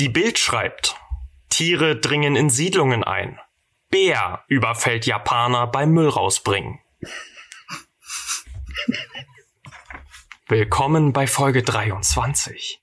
Die Bild schreibt: Tiere dringen in Siedlungen ein. Bär überfällt Japaner beim Müll rausbringen. Willkommen bei Folge 23.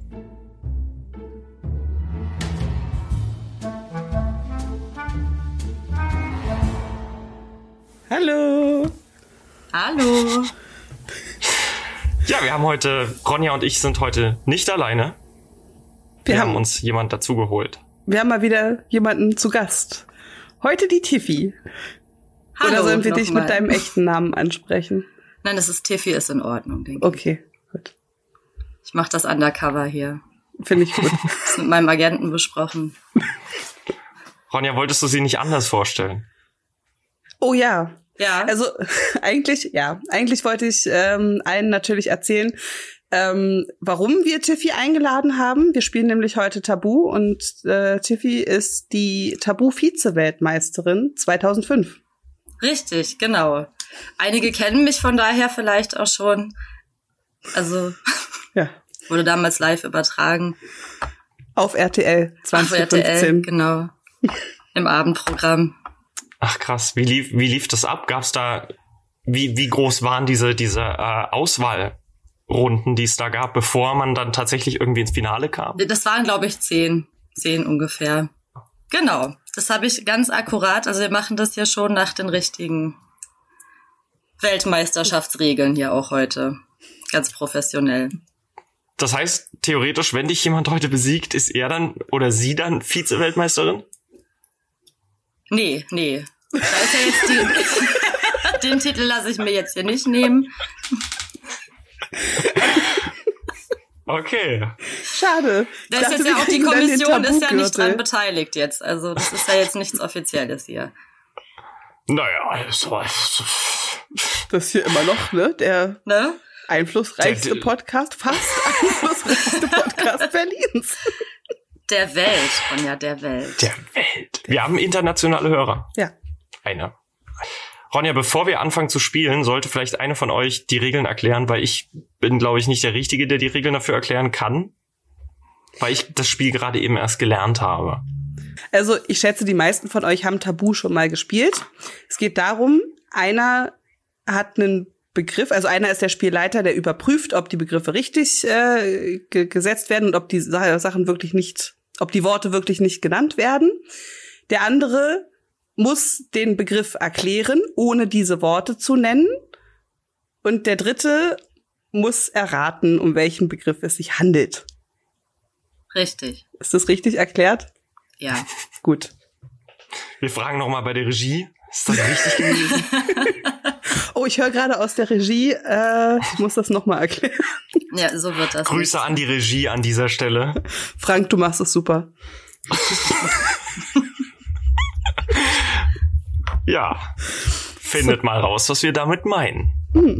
Hallo. Hallo. Ja, wir haben heute, Ronja und ich sind heute nicht alleine. Wir haben uns jemand dazugeholt. Wir haben mal wieder jemanden zu Gast. Heute die Tiffy. Hallo. Oder sollen wir dich mit deinem echten Namen ansprechen? Nein, das ist Tiffy, ist in Ordnung, denke ich. Okay, gut. Ich mache das Undercover hier. Finde ich gut. Das ist mit meinem Agenten besprochen. Ronja, wolltest du sie nicht anders vorstellen? Oh ja. Ja. Also eigentlich wollte ich allen natürlich erzählen, warum wir Tiffy eingeladen haben. Wir spielen nämlich heute Tabu und Tiffy ist die Tabu-Vize-Weltmeisterin 2005. Richtig, genau. Einige kennen mich von daher vielleicht auch schon. Also ja. Wurde damals live übertragen. Auf RTL 2015. Auf RTL, genau. Im Abendprogramm. Ach krass, wie lief das ab? Gab's da, wie groß waren diese Auswahlrunden, die es da gab, bevor man dann tatsächlich irgendwie ins Finale kam? Das waren, glaube ich, 10 ungefähr. Genau, das habe ich ganz akkurat. Also wir machen das ja schon nach den richtigen Weltmeisterschaftsregeln hier auch heute. Ganz professionell. Das heißt, theoretisch, wenn dich jemand heute besiegt, ist er dann oder sie dann Vize-Weltmeisterin? Nee. Da ist ja jetzt den Titel lasse ich mir jetzt hier nicht nehmen. Okay. Schade. Da ist jetzt ja auch die Kommission ist ja nicht dran beteiligt jetzt. Also das ist ja jetzt nichts Offizielles hier. Naja, das hier immer noch, ne? Der einflussreichste Podcast, fast einflussreichste Podcast Berlins. Der Welt, Ronja, der Welt. Der Welt. Wir haben internationale Hörer. Ja. Eine. Ronja, bevor wir anfangen zu spielen, sollte vielleicht eine von euch die Regeln erklären, weil ich bin, glaube ich, nicht der Richtige, der die Regeln dafür erklären kann, weil ich das Spiel gerade eben erst gelernt habe. Also ich schätze, die meisten von euch haben Tabu schon mal gespielt. Es geht darum, einer hat einen Begriff, also einer ist der Spielleiter, der überprüft, ob die Begriffe richtig gesetzt werden und ob die Sachen wirklich nicht, ob die Worte wirklich nicht genannt werden. Der andere muss den Begriff erklären, ohne diese Worte zu nennen. Und der dritte muss erraten, um welchen Begriff es sich handelt. Richtig. Ist das richtig erklärt? Ja. Gut. Wir fragen noch mal bei der Regie. Ist das richtig gewesen? Oh, ich höre gerade aus der Regie, ich muss das noch mal erklären. Ja, so wird das. Grüße an die Regie an dieser Stelle. Frank, du machst es super. Ja, findet mal raus, was wir damit meinen.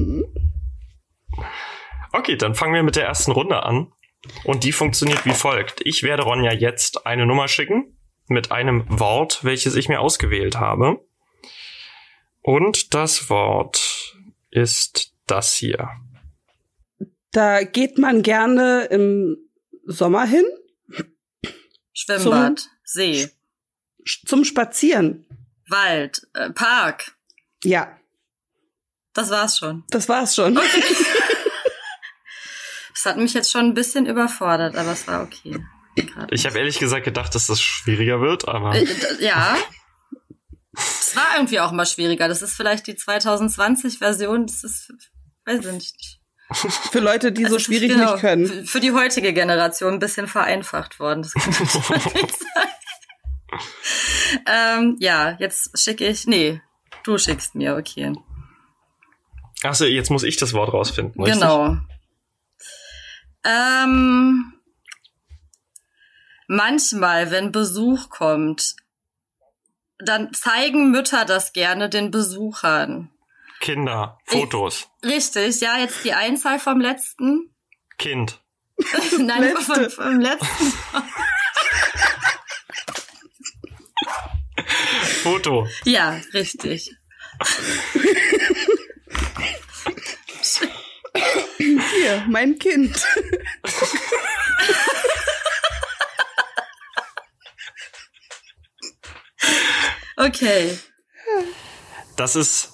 Okay, dann fangen wir mit der ersten Runde an. Und die funktioniert wie folgt. Ich werde Ronja jetzt eine Nummer schicken mit einem Wort, welches ich mir ausgewählt habe. Und das Wort ist das hier. Da geht man gerne im Sommer hin. Schwimmbad, See. Zum Spazieren. Wald, Park. Ja. Das war's schon. Okay. Das hat mich jetzt schon ein bisschen überfordert, aber es war okay. Ich habe ehrlich gesagt gedacht, dass das schwieriger wird, aber... Ja. Es war irgendwie auch mal schwieriger. Das ist vielleicht die 2020-Version. Das ist, weiß ich nicht. Für Leute, die so schwierig nicht können. Für die heutige Generation ein bisschen vereinfacht worden. Das kann nicht sein. Ja, jetzt schicke ich... Nee, du schickst mir, okay. Achso, jetzt muss ich das Wort rausfinden, richtig? Genau. Manchmal, wenn Besuch kommt, dann zeigen Mütter das gerne den Besuchern. Kinder, Fotos. Richtig, ja, jetzt die Einzahl vom letzten. Kind. Nein, vom letzten. Foto. Ja, richtig. Hier, mein Kind. Okay. Das ist,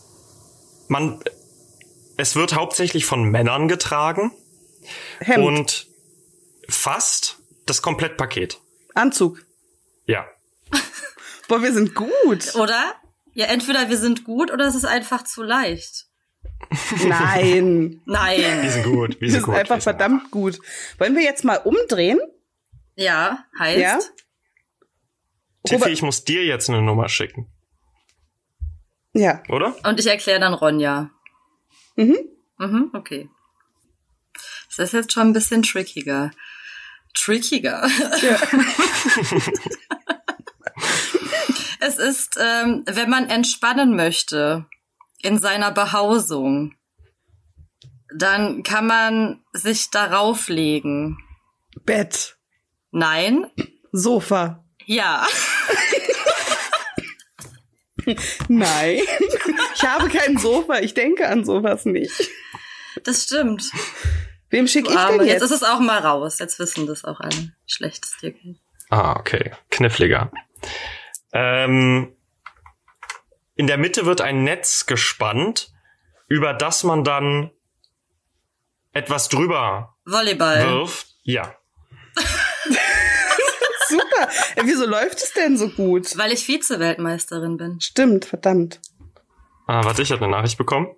es wird hauptsächlich von Männern getragen. Hemd. Und fast das Komplettpaket. Anzug. Ja. Boah, wir sind gut. Oder? Ja, entweder wir sind gut oder es ist einfach zu leicht. Nein. Nein. Wir sind gut. Wir sind einfach verdammt gut. Wollen wir jetzt mal umdrehen? Ja, heißt? Ja. Tiffy, ich muss dir jetzt eine Nummer schicken. Ja. Oder? Und ich erkläre dann Ronja. Mhm, okay. Das ist jetzt schon ein bisschen trickiger. Trickiger. Ja. Es ist, wenn man entspannen möchte in seiner Behausung, dann kann man sich darauf legen. Bett. Nein? Sofa. Ja. Nein. Ich habe kein Sofa. Ich denke an sowas nicht. Das stimmt. Wem schicke ich Aber denn jetzt jetzt? ist es auch mal raus. Jetzt wissen das auch alle, wie schlecht es dir geht. Ah, okay. Kniffliger. In der Mitte wird ein Netz gespannt, über das man dann etwas drüber Volleyball. wirft. Ja. Super. Wieso läuft es denn so gut? Weil ich Vize-Weltmeisterin bin. Stimmt, verdammt. Ah, warte, ich habe eine Nachricht bekommen.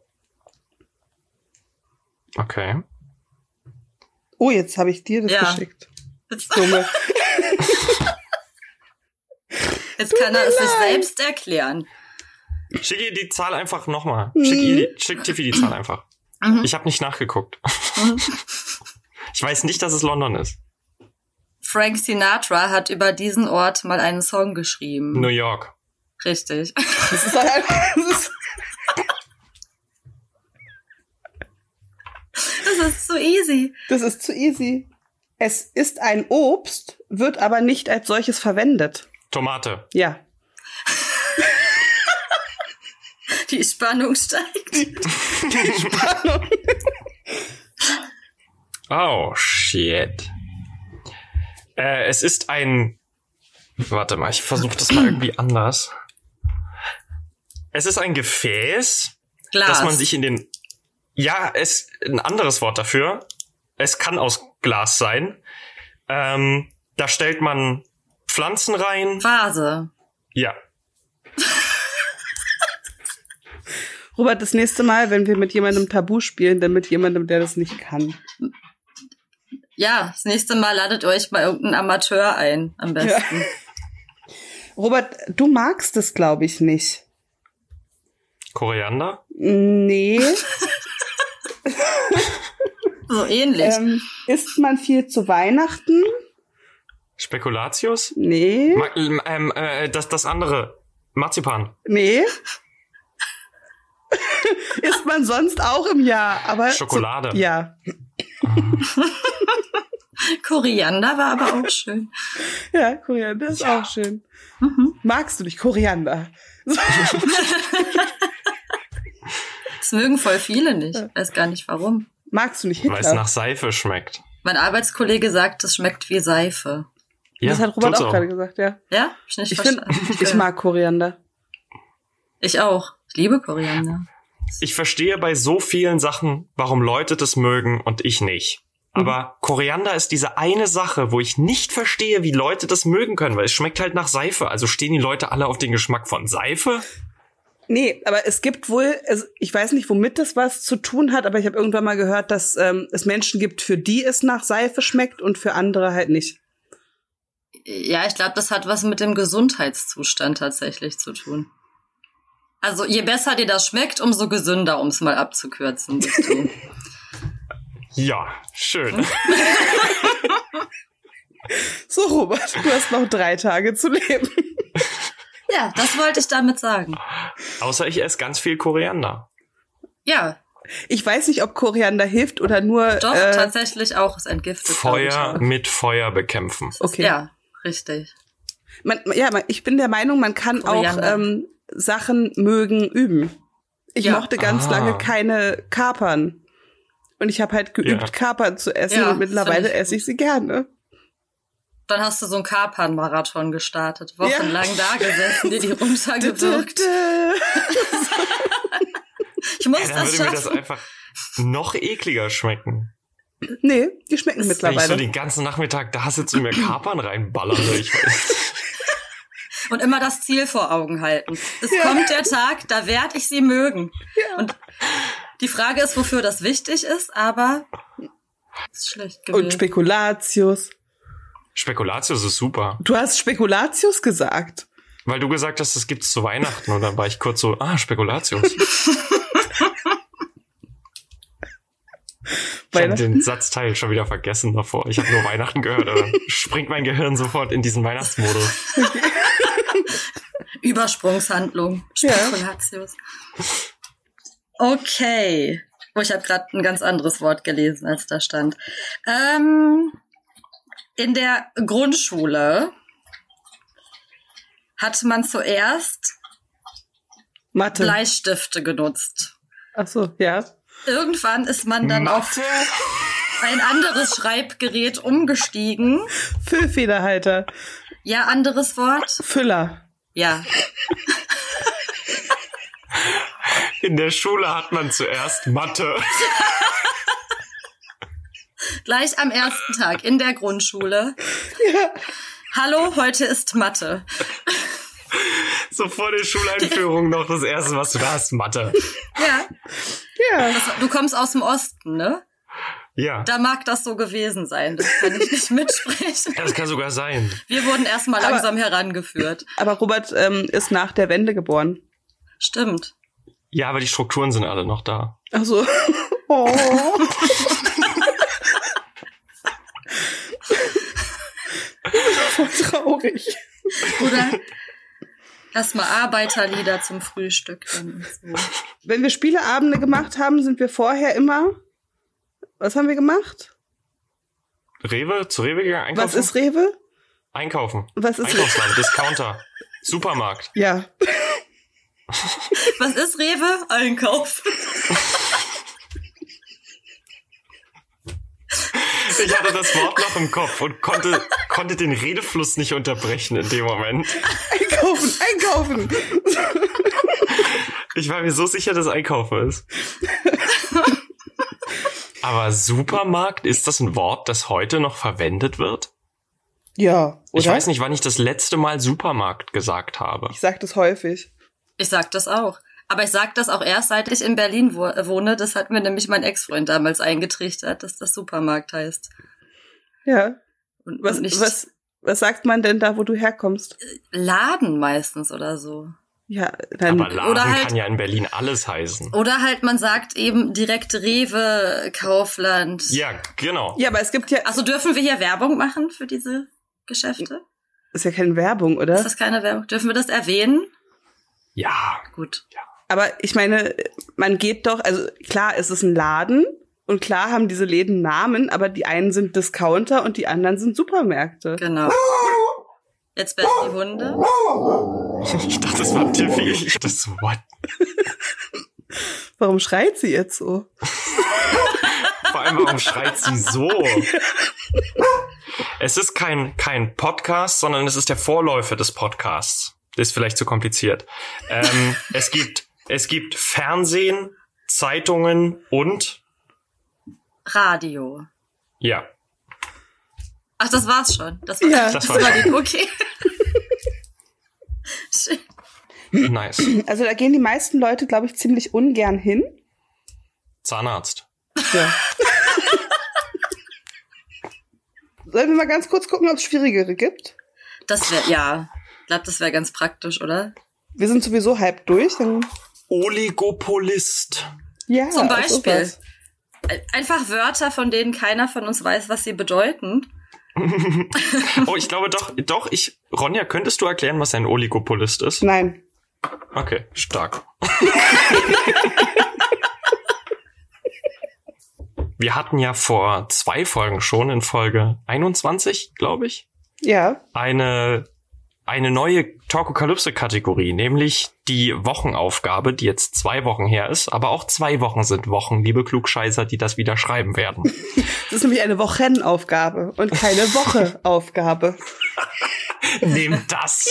Okay. Oh, jetzt habe ich dir das Ja. geschickt. Jetzt, Junge. jetzt kann er es sich selbst erklären. Schick ihr die Zahl einfach nochmal. Schick Tiffy die Zahl einfach. Ich habe nicht nachgeguckt. Ich weiß nicht, dass es London ist. Frank Sinatra hat über diesen Ort mal einen Song geschrieben. New York. Richtig. Das ist doch Das ist so easy. das ist zu easy. Es ist ein Obst, wird aber nicht als solches verwendet. Tomate. Ja. Die Spannung steigt. Oh, shit. Es ist ein... Warte mal, ich versuche das mal irgendwie anders. Es ist ein Gefäß, Glas. dass man sich in den... Ja, ein anderes Wort dafür. Es kann aus Glas sein. Da stellt man Pflanzen rein. Vase. Ja. Robert, das nächste Mal, wenn wir mit jemandem Tabu spielen, dann mit jemandem, der das nicht kann. Ja, das nächste Mal ladet euch mal irgendeinen Amateur ein, am besten. Ja. Robert, du magst es, glaube ich, nicht. Koriander? Nee. So ähnlich. Isst man viel zu Weihnachten? Spekulatius? Nee. Das andere. Marzipan. Nee. Isst man sonst auch im Jahr, aber... Schokolade. Ja. Koriander war aber auch schön. Ja, Koriander ist auch schön. Magst du nicht Koriander? Das mögen voll viele nicht. Weiß gar nicht warum. Magst du nicht Weil es Hitler? nach Seife schmeckt. Mein Arbeitskollege sagt, es schmeckt wie Seife. Ja, Das hat Robert tut's auch gerade gesagt, ja. Ja? Hab ich nicht Ich verstanden. ich mag Koriander. Ich auch. Ich liebe Koriander. Ich verstehe bei so vielen Sachen, warum Leute das mögen und ich nicht. Aber Koriander ist diese eine Sache, wo ich nicht verstehe, wie Leute das mögen können, weil es schmeckt halt nach Seife. Also stehen die Leute alle auf den Geschmack von Seife? Nee, aber es gibt wohl, ich weiß nicht, womit das was zu tun hat, aber ich habe irgendwann mal gehört, dass es Menschen gibt, für die es nach Seife schmeckt und für andere halt nicht. Ja, ich glaube, das hat was mit dem Gesundheitszustand tatsächlich zu tun. Also je besser dir das schmeckt, umso gesünder, um es mal abzukürzen, bist du. Ja, schön. So, Robert, du hast noch 3 Tage zu leben. Ja, das wollte ich damit sagen. Außer ich esse ganz viel Koriander. Ja, Ich weiß nicht, ob Koriander hilft oder nur... doch, tatsächlich auch. Es entgiftet. Feuer mit Feuer bekämpfen. Okay. Ja, richtig. Ich bin der Meinung, man kann Koriander. auch Sachen mögen üben. Ich Ja. mochte ganz lange keine Kapern. Und ich habe halt geübt, Ja. Kapern zu essen Ja, und mittlerweile find ich esse ich sie gerne. Dann hast du so einen Kapern-Marathon gestartet. Wochenlang da gesessen, dir die runtergewirkt. Ich muss dann das würde schaffen. mir das einfach noch ekliger schmecken. Nee, die schmecken Wenn ich mittlerweile. so den ganzen Nachmittag da sitze und mir Kapern reinballere. Und immer das Ziel vor Augen halten. Es kommt der Tag, da werde ich sie mögen. Ja. Und die Frage ist, wofür das wichtig ist, aber ist schlecht gewählt. Und Spekulatius. Spekulatius ist super. Du hast Spekulatius gesagt. Weil du gesagt hast, das gibt's zu Weihnachten. Und dann war ich kurz so, Spekulatius. Ich habe den Satzteil schon wieder vergessen davor. Ich habe nur Weihnachten gehört, aber springt mein Gehirn sofort in diesen Weihnachtsmodus. Übersprungshandlung. Spekulatius. Okay. Oh, ich habe gerade ein ganz anderes Wort gelesen, als da stand. In der Grundschule hat man zuerst Mathe. Bleistifte genutzt. Ach so, ja. Irgendwann ist man dann auf ein anderes Schreibgerät umgestiegen. Füllfederhalter. Ja, anderes Wort? Füller. Ja. In der Schule hat man zuerst Mathe. Gleich am ersten Tag in der Grundschule. Ja. Hallo, heute ist Mathe. So vor der Schuleinführung noch das Erste, was du da hast, Mathe. Ja. Ja. Du kommst aus dem Osten, ne? Ja, Da mag das so gewesen sein. Das kann ich nicht mitsprechen. das kann sogar sein. Wir wurden erstmal langsam herangeführt. Aber Robert ist nach der Wende geboren. Stimmt. Ja, aber die Strukturen sind alle noch da. Ach so. Oh. Voll traurig. Oder erstmal Arbeiterlieder zum Frühstück. Dann so. Wenn wir Spieleabende gemacht haben, sind wir vorher immer... Was haben wir gemacht? Rewe? Zu Rewe gegangen? Einkaufen? Was ist Rewe? Einkaufen. Was ist Einkaufsladen, Discounter, Supermarkt. Ja. Was ist Rewe? Einkauf. Ich hatte das Wort noch im Kopf und konnte den Redefluss nicht unterbrechen in dem Moment. Einkaufen. Ich war mir so sicher, dass Einkaufen ist. Aber Supermarkt, ist das ein Wort, das heute noch verwendet wird? Ja, oder? Ich weiß nicht, wann ich das letzte Mal Supermarkt gesagt habe. Ich sag das häufig. Ich sag das auch. Aber ich sag das auch erst, seit ich in Berlin wohne. Das hat mir nämlich mein Ex-Freund damals eingetrichtert, dass das Supermarkt heißt. Ja. Und Was, nicht was sagt man denn da, wo du herkommst? Laden meistens oder so. Ja, dann... Aber Laden Oder halt- kann ja in Berlin alles heißen. Oder halt man sagt eben direkt Rewe, Kaufland. Ja, genau. Ja, aber es gibt ja... Also dürfen wir hier Werbung machen für diese Geschäfte? Ist ja keine Werbung, oder? Ist das keine Werbung? Dürfen wir das erwähnen? Ja. Gut. Aber ich meine, man geht doch... Also klar, es ist ein Laden und klar haben diese Läden Namen, aber die einen sind Discounter und die anderen sind Supermärkte. Genau. Jetzt werden die Hunde. Ich dachte, das war Tiffy. Ich dachte so, what? Warum schreit sie jetzt so? Vor allem, warum schreit sie so? Es ist kein Podcast, sondern es ist der Vorläufer des Podcasts. Das ist vielleicht zu kompliziert. Es gibt Fernsehen, Zeitungen und Radio. ja. Ach, das war's schon. Das Ja. Das war war die, okay. Schön. Nice. Also da gehen die meisten Leute, glaube ich, ziemlich ungern hin. Zahnarzt. Ja. Sollen wir mal ganz kurz gucken, ob es schwierigere gibt? Das wäre, ja. Ich glaube, das wäre ganz praktisch, oder? Wir sind sowieso halb durch. Dann Oligopolist. ja, Zum also Beispiel. was. Einfach Wörter, von denen keiner von uns weiß, was sie bedeuten. Oh, ich glaube doch, Ronja, könntest du erklären, was ein Oligopolist ist? Nein. Okay, stark. Wir hatten ja vor 2 Folgen schon, in Folge 21, glaube ich, Ja. eine eine neue Talkokalypse-Kategorie, nämlich die Wochenaufgabe, die jetzt 2 Wochen her ist, aber auch 2 Wochen sind Wochen, liebe Klugscheißer, die das wieder schreiben werden. Das ist nämlich eine Wochenaufgabe und keine Wocheaufgabe. Nehmt das!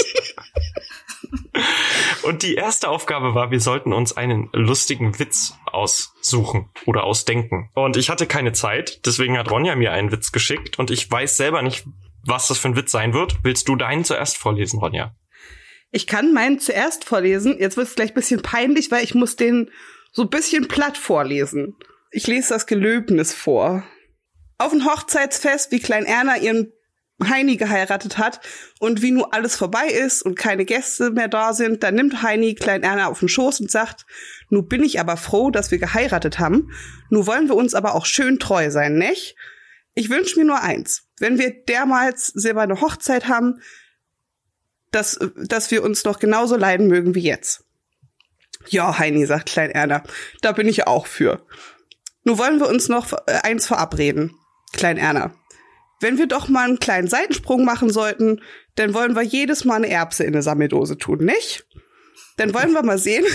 Und die erste Aufgabe war, wir sollten uns einen lustigen Witz aussuchen oder ausdenken. Und ich hatte keine Zeit, deswegen hat Ronja mir einen Witz geschickt und ich weiß selber nicht, was das für ein Witz sein wird. Willst du deinen zuerst vorlesen, Ronja? Ich kann meinen zuerst vorlesen. Jetzt wird es gleich ein bisschen peinlich, weil ich muss den so ein bisschen platt vorlesen. Ich lese das Gelöbnis vor. Auf ein Hochzeitsfest, wie Klein Erna ihren Heini geheiratet hat und wie nun alles vorbei ist und keine Gäste mehr da sind, dann nimmt Heini Klein Erna auf den Schoß und sagt, nu bin ich aber froh, dass wir geheiratet haben. Nu wollen wir uns aber auch schön treu sein, nicht? Ich wünsch mir nur eins. Wenn wir dermals silberne Hochzeit haben, dass wir uns noch genauso leiden mögen wie jetzt. Ja, Heini, sagt Klein Erna, da bin ich auch für. Nun wollen wir uns noch eins verabreden, Klein Erna. Wenn wir doch mal einen kleinen Seitensprung machen sollten, dann wollen wir jedes Mal eine Erbse in eine Sammeldose tun, nicht? Dann wollen wir mal sehen,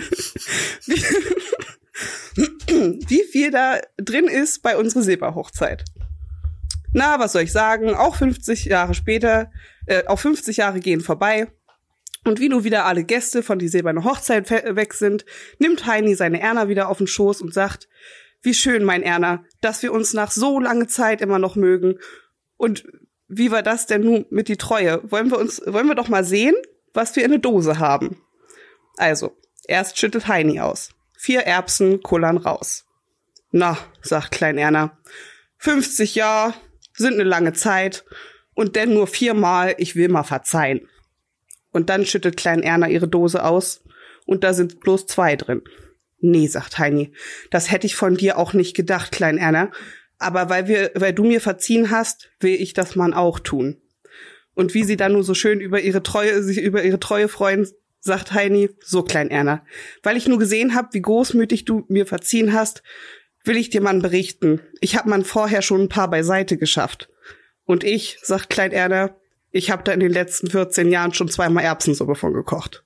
wie viel da drin ist bei unserer Silberhochzeit. Na, was soll ich sagen? Auch 50 Jahre später, auch 50 Jahre gehen vorbei. Und wie nun wieder alle Gäste von die silberne Hochzeit weg sind, nimmt Heini seine Erna wieder auf den Schoß und sagt, wie schön, mein Erna, dass wir uns nach so lange Zeit immer noch mögen. Und wie war das denn nun mit die Treue? Wollen wir doch mal sehen, was wir in der Dose haben. Also, erst schüttet Heini aus. 4 Erbsen kullern raus. Na, sagt Klein Erna, 50 Jahre sind eine lange Zeit und denn nur 4-mal, ich will mal verzeihen. Und dann schüttet Klein Erna ihre Dose aus und da sind bloß 2 drin. Nee, sagt Heini, das hätte ich von dir auch nicht gedacht, Klein Erna, aber weil du mir verziehen hast, will ich das man auch tun. Und wie sie dann nur so schön sich über ihre Treue freuen, sagt Heini, so Klein Erna, weil ich nur gesehen habe, wie großmütig du mir verziehen hast, will ich dir mal berichten. Ich hab man vorher schon ein paar beiseite geschafft. Und ich, sagt Klein Erna, ich hab da in den letzten 14 Jahren schon 2-mal Erbsensuppe von gekocht.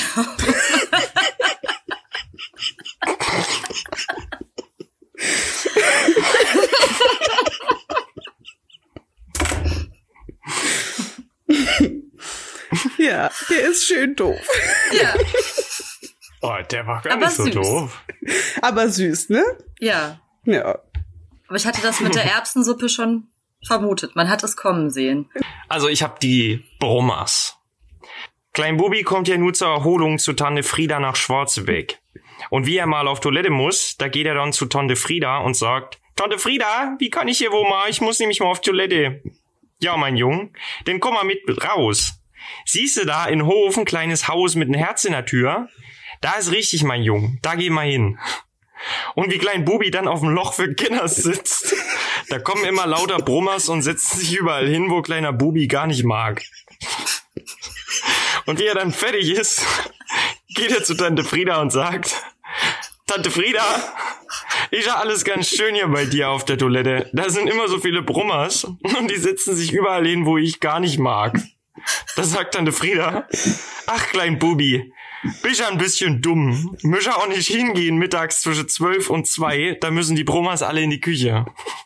Ja, der ist schön doof. Ja. Oh, der war gar nicht so doof. Aber süß, ne? Ja. Ja. Aber ich hatte das mit der Erbsensuppe schon vermutet. Man hat es kommen sehen. Also ich habe die Brummers. Klein Bubi kommt ja nur zur Erholung zu Tante Frieda nach Schwarzenbeck. Und wie er mal auf Toilette muss, da geht er dann zu Tante Frieda und sagt, Tante Frieda, wie kann ich hier wohl mal? Ich muss nämlich mal auf Toilette. Ja, mein Jung, dann komm mal mit raus. Siehst du da in Hof ein kleines Haus mit einem Herz in der Tür? Da ist richtig, mein Jung, da geh mal hin. Und wie Klein Bubi dann auf dem Loch für Kinder sitzt, da kommen immer lauter Brummers und setzen sich überall hin, wo kleiner Bubi gar nicht mag. Und wie er dann fertig ist, geht er zu Tante Frieda und sagt, Tante Frieda, ist ja alles ganz schön hier bei dir auf der Toilette. Da sind immer so viele Brummers und die setzen sich überall hin, wo ich gar nicht mag. Da sagt Tante Frieda, ach Klein Bubi, bist ja ein bisschen dumm. Müssen auch nicht hingehen mittags zwischen 12 und 2, da müssen die Brummers alle in die Küche.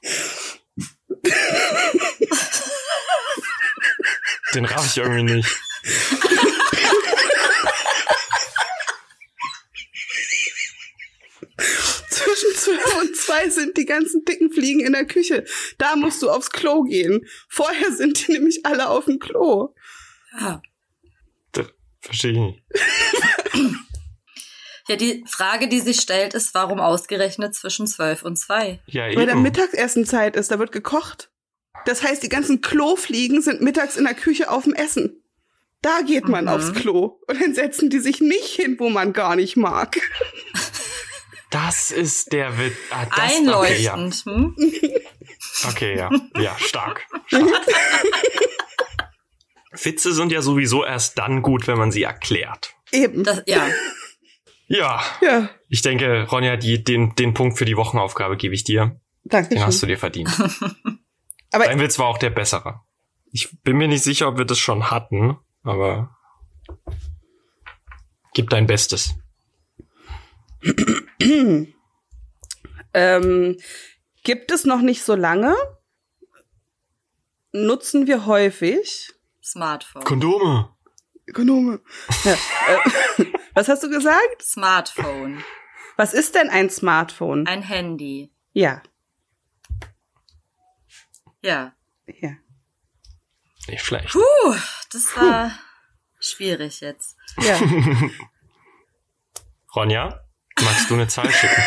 Den raff ich irgendwie nicht. Zwischen 12 und 2 sind die ganzen dicken Fliegen in der Küche. Da musst du aufs Klo gehen. Vorher sind die nämlich alle auf dem Klo. Ja. Das verstehe ich nicht. Ja, die Frage, die sich stellt, ist, warum ausgerechnet zwischen 12 und 2? Ja, eben. Weil da Mittagessenzeit ist, da wird gekocht. Das heißt, die ganzen Klofliegen sind mittags in der Küche auf dem Essen. Da geht man aufs Klo. Und dann setzen die sich nicht hin, wo man gar nicht mag. Das ist der Witz. Einleuchtend. Okay, ja. Ja, stark. Witze sind ja sowieso erst dann gut, wenn man sie erklärt. Eben. Ja. Ja. Ich denke, Ronja, den Punkt für die Wochenaufgabe gebe ich dir. Danke. Den hast du dir verdient. Aber dein Witz war auch der bessere. Ich bin mir nicht sicher, ob wir das schon hatten, aber gib dein Bestes. Gibt es noch nicht so lange, nutzen wir häufig Smartphone. Kondome. Ja, was hast du gesagt? Smartphone. Was ist denn ein Smartphone? Ein Handy. Ja. Ja. Ja. Nicht schlecht. Das war schwierig jetzt. Ja. Ronja, magst du eine Zahl schicken?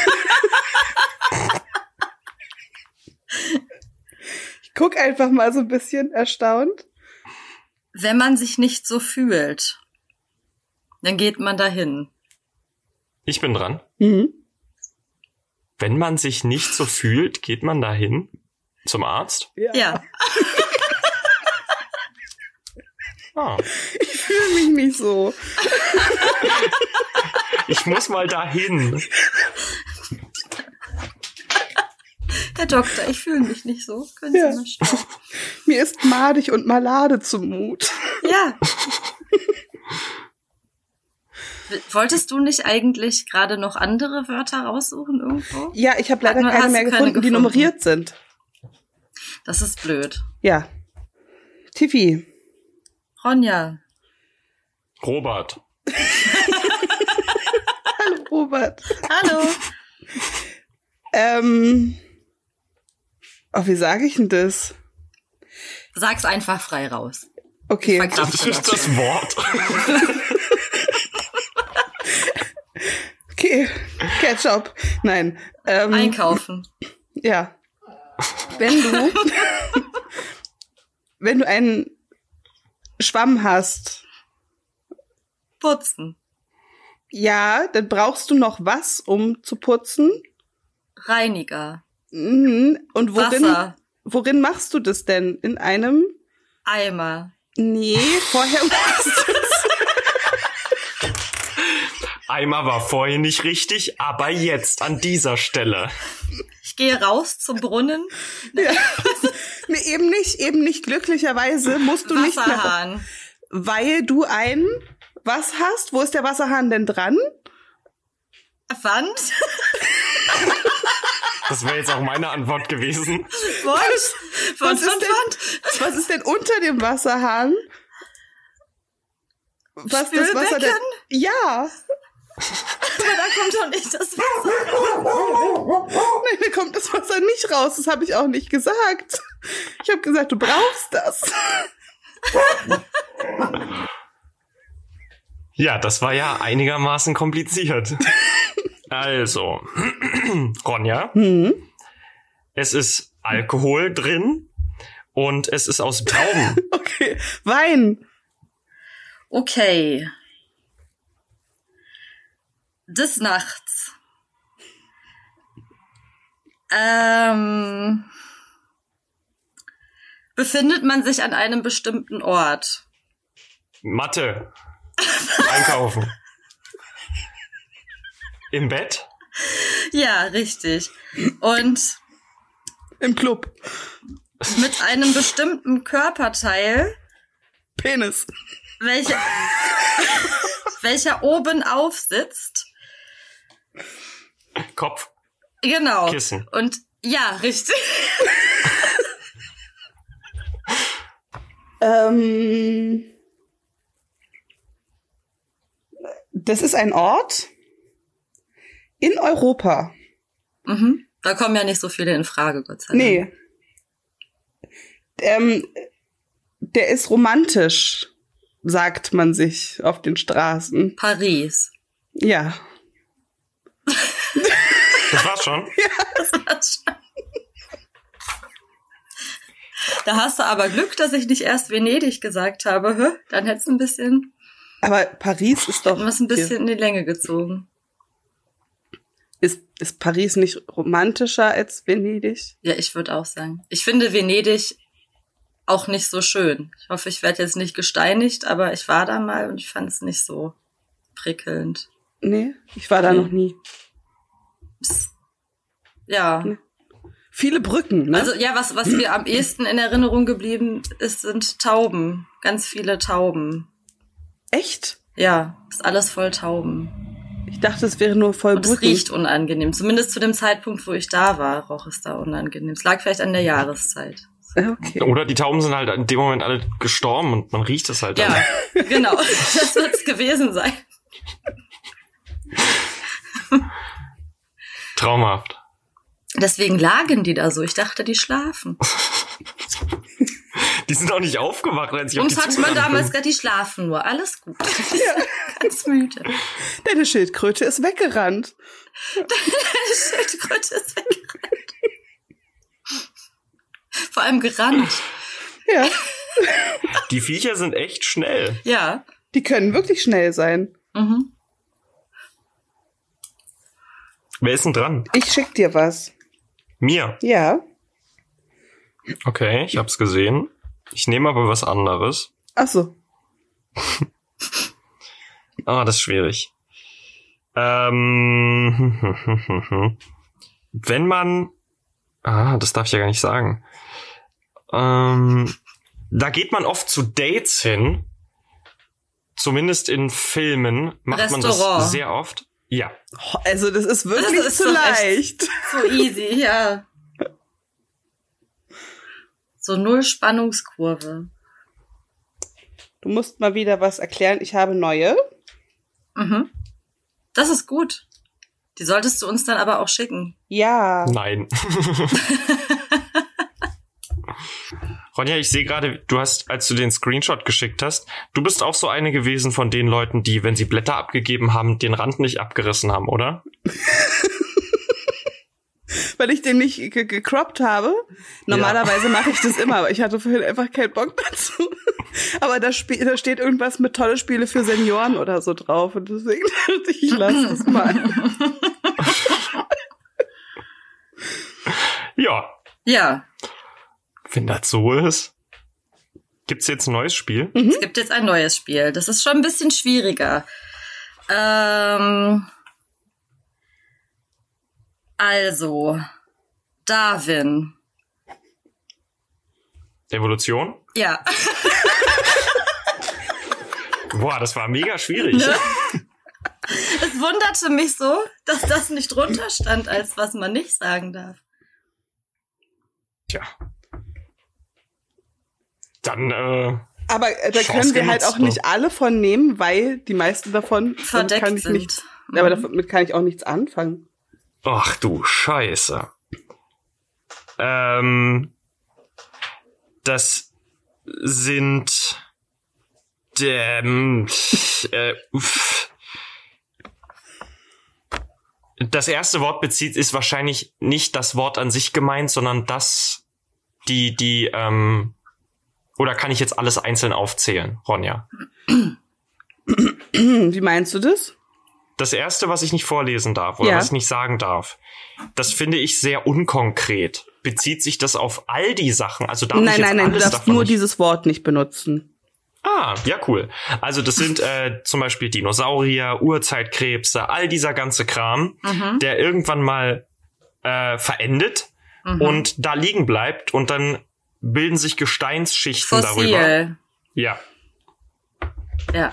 Ich guck einfach mal so ein bisschen erstaunt. Wenn man sich nicht so fühlt, dann geht man dahin. Ich bin dran. Mhm. Wenn man sich nicht so fühlt, geht man dahin zum Arzt? Ja. Ah. Ich fühle mich nicht so. Ich muss mal dahin. Herr Doktor, ich fühle mich nicht so. Können Sie Ja. mal schauen? Mir ist madig und Malade zumut. Ja. Wolltest du nicht eigentlich gerade noch andere Wörter raussuchen irgendwo? Ja, ich habe leider Hast keine du mehr keine gefunden, die gefunden? nummeriert sind. Das ist blöd. Ja. Tiffy. Ronja. Robert. Hallo, Robert. Hallo. Wie sage ich denn das? Sag's einfach frei raus. Okay. Das ist das Wort. Okay. Ketchup. Nein. Einkaufen. Ja. Wenn du einen Schwamm hast, Putzen. ja, dann brauchst du noch was, um zu putzen. Reiniger. Mhm. Und Wasser. worin machst du das denn? In einem? Eimer. Nee, vorher machst du es. Eimer war vorhin nicht richtig, aber jetzt an dieser Stelle. Ich gehe raus zum Brunnen. Ja. Nee, eben nicht. Glücklicherweise musst du nicht mehr, Wasserhahn. weil du was hast. Wo ist der Wasserhahn denn dran? Wand. Das wäre jetzt auch meine Antwort gewesen. Wand. Was ist denn unter dem Wasserhahn? Was das Wasser denn? Spülbecken? Ja. Aber da kommt doch nicht das Wasser. Nein, da kommt das Wasser nicht raus. Das habe ich auch nicht gesagt. Ich habe gesagt, du brauchst das. Ja, das war ja einigermaßen kompliziert. Also, Ronja, es ist Alkohol drin und es ist aus Trauben. Okay. Wein. Okay. Des Nachts. Befindet man sich an einem bestimmten Ort? Mathe. Einkaufen. Im Bett? Ja, richtig. Und Im Club. mit einem bestimmten Körperteil, Penis. welcher oben aufsitzt. Kopf. Genau. Kissen. Und ja, richtig. Das ist ein Ort in Europa. Mhm. Da kommen ja nicht so viele in Frage, Gott sei Dank. Nee. Der ist romantisch, sagt man sich auf den Straßen. Paris. Ja. Das war's schon. Da hast du aber Glück, dass ich nicht erst Venedig gesagt habe. Dann hättest du Aber Paris ist doch... ein bisschen in die Länge gezogen. Ist Paris nicht romantischer als Venedig? Ja, ich würde auch sagen. Ich finde Venedig auch nicht so schön. Ich hoffe, ich werde jetzt nicht gesteinigt, aber ich war da mal und ich fand es nicht so prickelnd. Nee, ich war da noch nie. Ja. Nee. Viele Brücken, ne? Also ja, was mir am ehesten in Erinnerung geblieben ist, sind Tauben. Ganz viele Tauben. Echt? Ja, ist alles voll Tauben. Ich dachte, es wäre nur voll Und es Brücken. riecht unangenehm. Zumindest zu dem Zeitpunkt, wo ich da war, roch es da unangenehm. Es lag vielleicht an der Jahreszeit. Okay. Oder die Tauben sind halt in dem Moment alle gestorben und man riecht es halt dann. Ja, genau. Das wird's gewesen sein. Traumhaft. Deswegen lagen die da so. Ich dachte, die schlafen. Die sind auch nicht aufgewacht, wenn sie auf die Uns hat man zugerannt damals sind. gesagt, die schlafen nur. Alles gut. Ja. Ganz müde. Deine Schildkröte ist weggerannt. Deine Schildkröte ist weggerannt. Vor allem gerannt. Ja, Die Viecher sind echt schnell. Ja. die können wirklich schnell sein. Mhm. Wer ist denn dran? Ich schick dir was. Mir. Ja. Okay, ich hab's gesehen. Ich nehme aber was anderes. Ach so. Ah, das ist schwierig. Wenn man... das darf ich ja gar nicht sagen. Da geht man oft zu Dates hin. Zumindest in Filmen macht man Restaurant. das sehr oft. Ja. Also das ist wirklich Das ist zu doch echt leicht. So easy, ja. So null Spannungskurve. Du musst mal wieder was erklären. Ich habe neue. Mhm. Das ist gut. Die solltest du uns dann aber auch schicken. Ja. Nein. Ronja, ich sehe gerade, du hast, als du den Screenshot geschickt hast, du bist auch so eine gewesen von den Leuten, die, wenn sie Blätter abgegeben haben, den Rand nicht abgerissen haben, oder? Weil ich den nicht gecroppt habe. Normalerweise mache ich das immer, aber ich hatte vorhin einfach keinen Bock dazu. Aber da steht irgendwas mit tolle Spiele für Senioren oder so drauf. Und deswegen dachte ich lasse das mal. Ja. Ja. Wenn das so ist. Gibt's jetzt ein neues Spiel? Es gibt jetzt ein neues Spiel. Das ist schon ein bisschen schwieriger. Also, Darwin. Evolution? Ja. Boah, das war mega schwierig. Ne? Es wunderte mich so, dass das nicht drunter stand, als was man nicht sagen darf. Tja. Dann, Aber da können wir halt genutzt, auch nicht alle von nehmen, weil die meisten davon Verdeckt kann ich sind. nicht. Aber damit kann ich auch nichts anfangen. ach du Scheiße. Das sind das erste Wort ist wahrscheinlich nicht das Wort an sich gemeint, sondern das, oder kann ich jetzt alles einzeln aufzählen, Ronja? Wie meinst du das? Das erste, was ich nicht vorlesen darf oder Ja. was ich nicht sagen darf, das finde ich sehr unkonkret. Bezieht sich das auf all die Sachen? Also darf ich jetzt Nein, du alles darfst davon nur nicht? dieses Wort nicht benutzen. Ah, ja, cool. Also das sind zum Beispiel Dinosaurier, Urzeitkrebse, all dieser ganze Kram, der irgendwann mal verendet und da liegen bleibt und dann bilden sich Gesteinsschichten darüber. Fossil. Ja. Ja.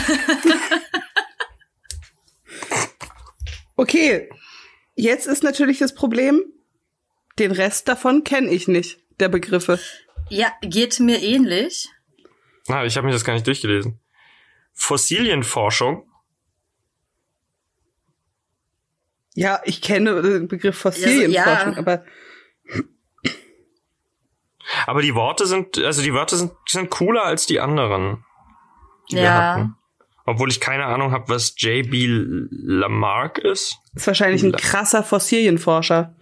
Okay, jetzt ist natürlich das Problem, den Rest davon kenne ich nicht, der Begriffe. Ja, geht mir ähnlich. Ah, ich habe mir das gar nicht durchgelesen. Fossilienforschung. Ja, ich kenne den Begriff Fossilienforschung, Ja. aber Die Wörter sind cooler als die anderen, die wir Ja. hatten. Obwohl ich keine Ahnung habe, was J.B. Lamarck ist. ist wahrscheinlich ein krasser Fossilienforscher.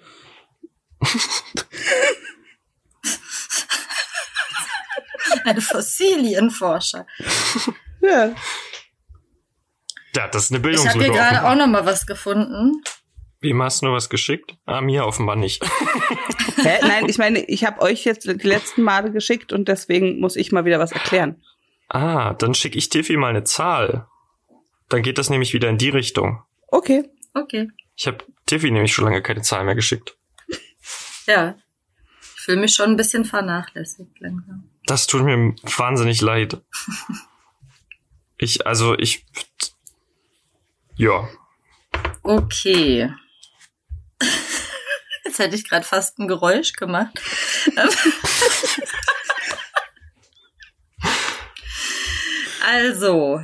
Ein Fossilienforscher. Ja. Ja, das ist eine Ich habe Bildungslücke. hier gerade offenbar. auch noch mal was gefunden. Wem hast du nur was geschickt? Ah, mir offenbar nicht. Hä? Nein, ich meine, ich habe euch jetzt die letzten Male geschickt und deswegen muss ich mal wieder was erklären. Ah, dann schicke ich Tiffy mal eine Zahl. Dann geht das nämlich wieder in die Richtung. Okay. Okay. Ich habe Tiffy nämlich schon lange keine Zahl mehr geschickt. Ja. Ich fühle mich schon ein bisschen vernachlässigt langsam. Das tut mir wahnsinnig leid. Ja. Okay. Jetzt hätte ich gerade fast ein Geräusch gemacht. Also,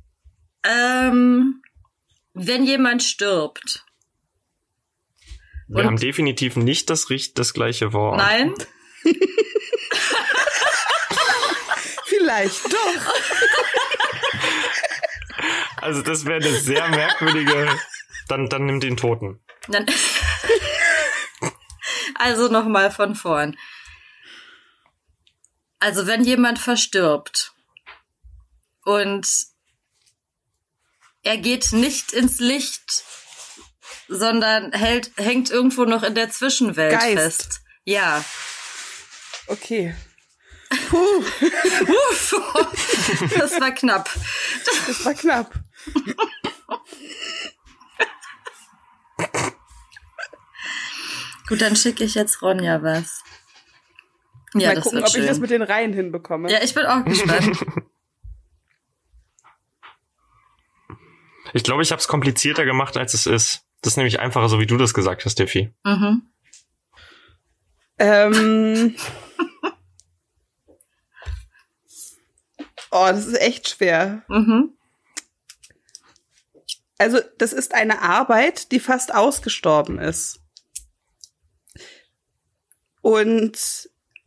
wenn jemand stirbt. Wir haben definitiv nicht das gleiche Wort. Nein? Vielleicht doch. Also das wäre eine sehr merkwürdige... Dann nimm den Toten. Also nochmal von vorn. Also wenn jemand verstirbt und er geht nicht ins Licht, sondern hängt irgendwo noch in der Zwischenwelt Geist. fest. Ja. Okay. Puh. Das war knapp. Das war knapp. Gut, dann schicke ich jetzt Ronja was. Ja, Mal das gucken, wird ob schön. ich das mit den Reihen hinbekomme. Ja, ich bin auch gespannt. Ich glaube, ich habe es komplizierter gemacht, als es ist. Das ist nämlich einfacher, so wie du das gesagt hast, Steffi. Mhm. Oh, das ist echt schwer. Mhm. Also, das ist eine Arbeit, die fast ausgestorben ist. Und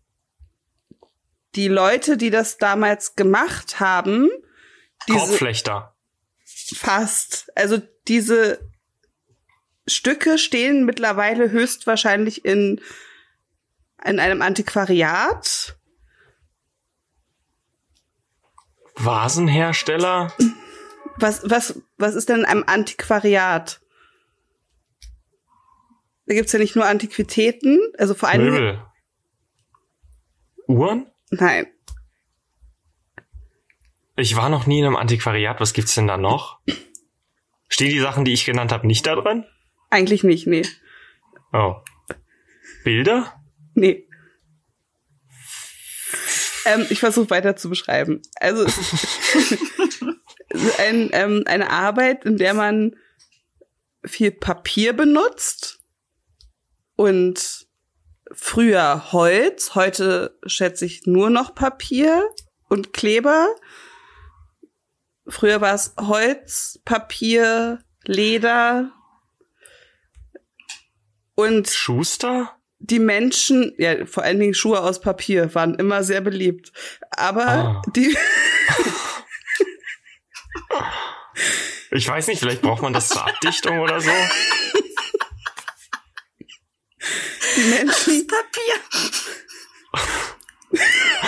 die Leute, die das damals gemacht haben, Korbflechter. fast. Also diese Stücke stehen mittlerweile höchstwahrscheinlich in einem Antiquariat. Vasenhersteller? Was ist denn in einem Antiquariat? Da gibt's ja nicht nur Antiquitäten, also vor allem... Möbel. Uhren? Nein. Ich war noch nie in einem Antiquariat. Was gibt's denn da noch? Stehen die Sachen, die ich genannt habe, nicht da drin? Eigentlich nicht, nee. Oh. Bilder? Nee. Ich versuche weiter zu beschreiben. Also es ist eine Arbeit, in der man viel Papier benutzt und früher Holz, heute schätze ich nur noch Papier und Kleber. Früher war es Holz, Papier, Leder und Schuster? die Menschen, ja, vor allen Dingen Schuhe aus Papier, waren immer sehr beliebt. Aber die... Ich weiß nicht, vielleicht braucht man das zur Abdichtung oder so. Die Menschen... Papier.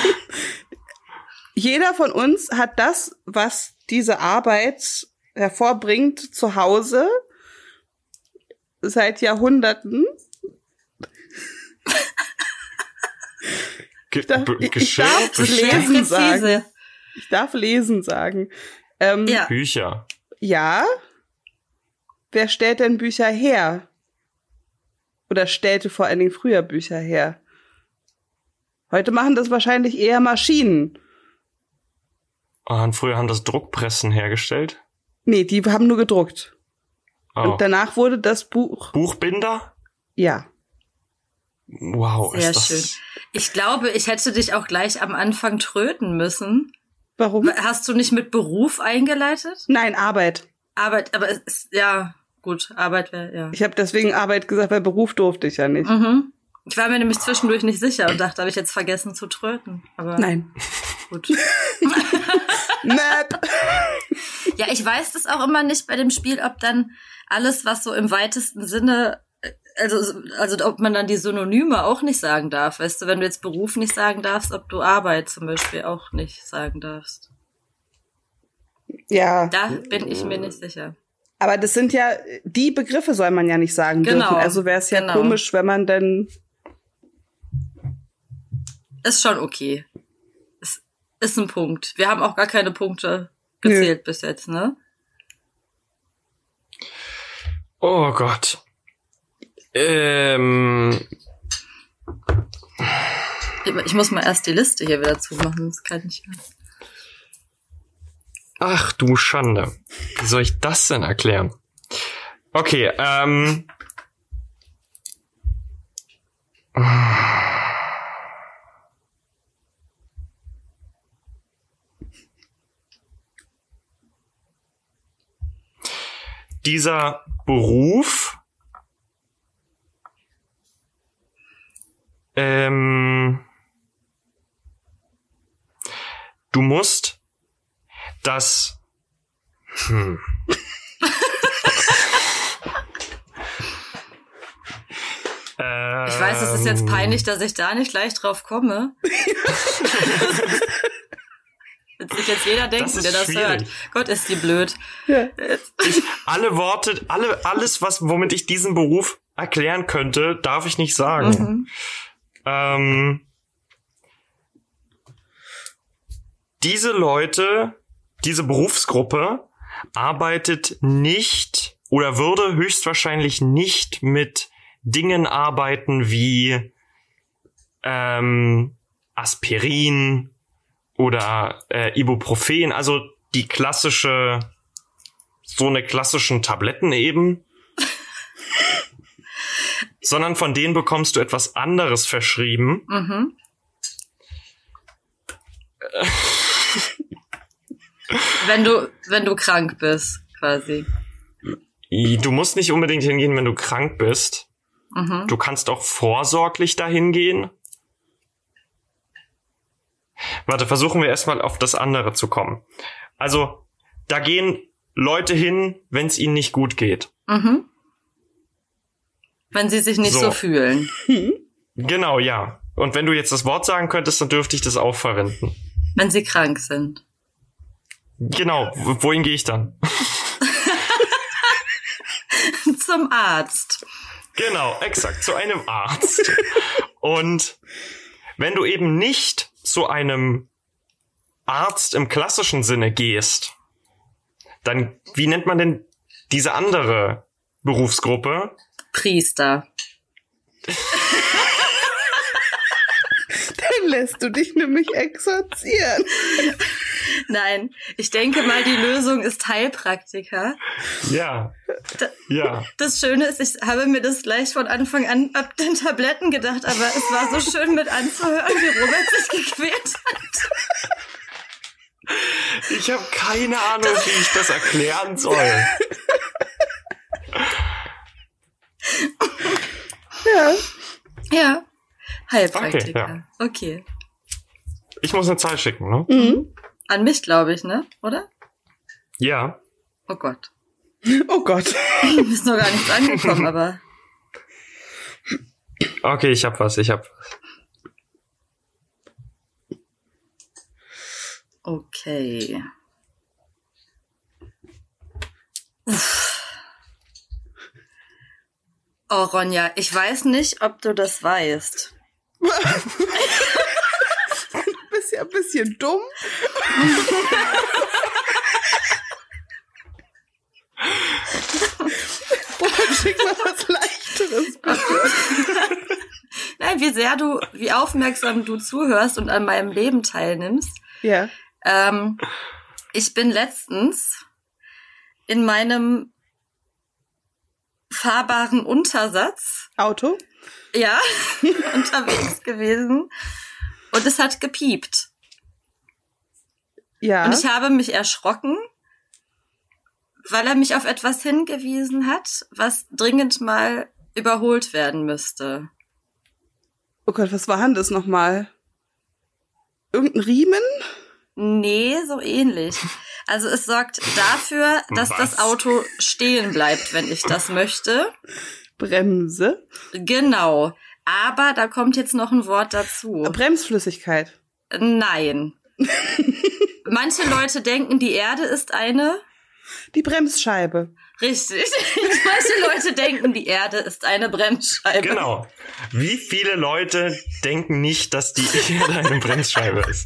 Jeder von uns hat das, was diese Arbeit hervorbringt, zu Hause seit Jahrhunderten. Ich darf lesen sagen. Ich darf lesen sagen. Ja. Bücher. Ja. Wer stellt denn Bücher her? Oder stellte vor allen Dingen früher Bücher her? Heute machen das wahrscheinlich eher Maschinen. Und früher haben das Druckpressen hergestellt? Nee, die haben nur gedruckt. Oh. Und danach wurde das Buch... Buchbinder? Ja. Wow, Sehr ist das... schön. Ich glaube, ich hätte dich auch gleich am Anfang tröten müssen. Warum? Hast du nicht mit Beruf eingeleitet? Nein, Arbeit. Arbeit, aber es ist, ja, gut, Arbeit wäre, ja. Ich habe deswegen Arbeit gesagt, weil Beruf durfte ich ja nicht. Mhm. Ich war mir nämlich zwischendurch nicht sicher und dachte, habe ich jetzt vergessen zu tröten. Aber Nein. gut. Nett. Ja, ich weiß das auch immer nicht bei dem Spiel, ob dann alles, was so im weitesten Sinne, also ob man dann die Synonyme auch nicht sagen darf. Weißt du, wenn du jetzt Beruf nicht sagen darfst, ob du Arbeit zum Beispiel auch nicht sagen darfst. Ja. Da bin ich mir nicht sicher. Aber das sind ja, die Begriffe soll man ja nicht sagen dürfen. Also wäre es ja komisch, wenn man dann... Ist schon okay. Ist ein Punkt. Wir haben auch gar keine Punkte gezählt bis jetzt, ne? Oh Gott. Ich muss mal erst die Liste hier wieder zumachen, sonst kann ich nicht mehr. Ach du Schande. Wie soll ich das denn erklären? Okay, dieser Beruf du musst das Ich weiß, es ist jetzt peinlich, dass ich da nicht gleich drauf komme. Wird sich jetzt jeder denken, der das hört. Gott, ist die blöd. Ja. Alle Worte, alles, womit ich diesen Beruf erklären könnte, darf ich nicht sagen. Diese Leute, diese Berufsgruppe arbeitet nicht oder würde höchstwahrscheinlich nicht mit Dingen arbeiten wie Aspirin oder Ibuprofen, also so eine klassischen Tabletten eben, sondern von denen bekommst du etwas anderes verschrieben. Wenn du krank bist, quasi. Du musst nicht unbedingt hingehen, wenn du krank bist. Du kannst auch vorsorglich dahin gehen. Warte, versuchen wir erstmal auf das andere zu kommen. Also, da gehen Leute hin, wenn es ihnen nicht gut geht. Wenn sie sich nicht so fühlen. Genau, ja. Und wenn du jetzt das Wort sagen könntest, dann dürfte ich das auch verwenden. Wenn sie krank sind. Genau, wohin gehe ich dann? Zum Arzt. Genau, exakt, zu einem Arzt. Und wenn du eben nicht zu einem Arzt im klassischen Sinne gehst, dann, wie nennt man denn diese andere Berufsgruppe? Priester. Dann lässt du dich nämlich exorzieren. Nein, ich denke mal, die Lösung ist Heilpraktiker. Ja. Ja. Das Schöne ist, ich habe mir das gleich von Anfang an ab den Tabletten gedacht, aber es war so schön mit anzuhören, wie Robert sich gequält hat. Ich habe keine Ahnung, wie ich das erklären soll. Ja. Heilpraktiker. Okay. Ich muss eine Zahl schicken, ne? An mich, glaube ich, ne? Oder? Ja. Oh Gott. Oh Gott. Ist noch gar nichts angekommen, aber... Okay, ich hab was. Okay. Uff. Oh, Ronja, ich weiß nicht, ob du das weißt. Du bist ja ein bisschen dumm. Robert, schick mal was Leichteres, bitte. Nein, wie aufmerksam du zuhörst und an meinem Leben teilnimmst. Ja. Ich bin letztens in meinem fahrbaren Untersatz. Auto? Ja, unterwegs gewesen. Und es hat gepiept. Ja. Und ich habe mich erschrocken, weil er mich auf etwas hingewiesen hat, was dringend mal überholt werden müsste. Oh Gott, was war denn das nochmal? Irgendein Riemen? Nee, so ähnlich. Also es sorgt dafür, dass das Auto stehen bleibt, wenn ich das möchte. Bremse? Genau. Aber da kommt jetzt noch ein Wort dazu. Bremsflüssigkeit? Nein. Manche Leute denken, die Erde ist eine... Die Bremsscheibe. Richtig. Manche Leute denken, die Erde ist eine Bremsscheibe. Genau. Wie viele Leute denken nicht, dass die Erde eine Bremsscheibe ist?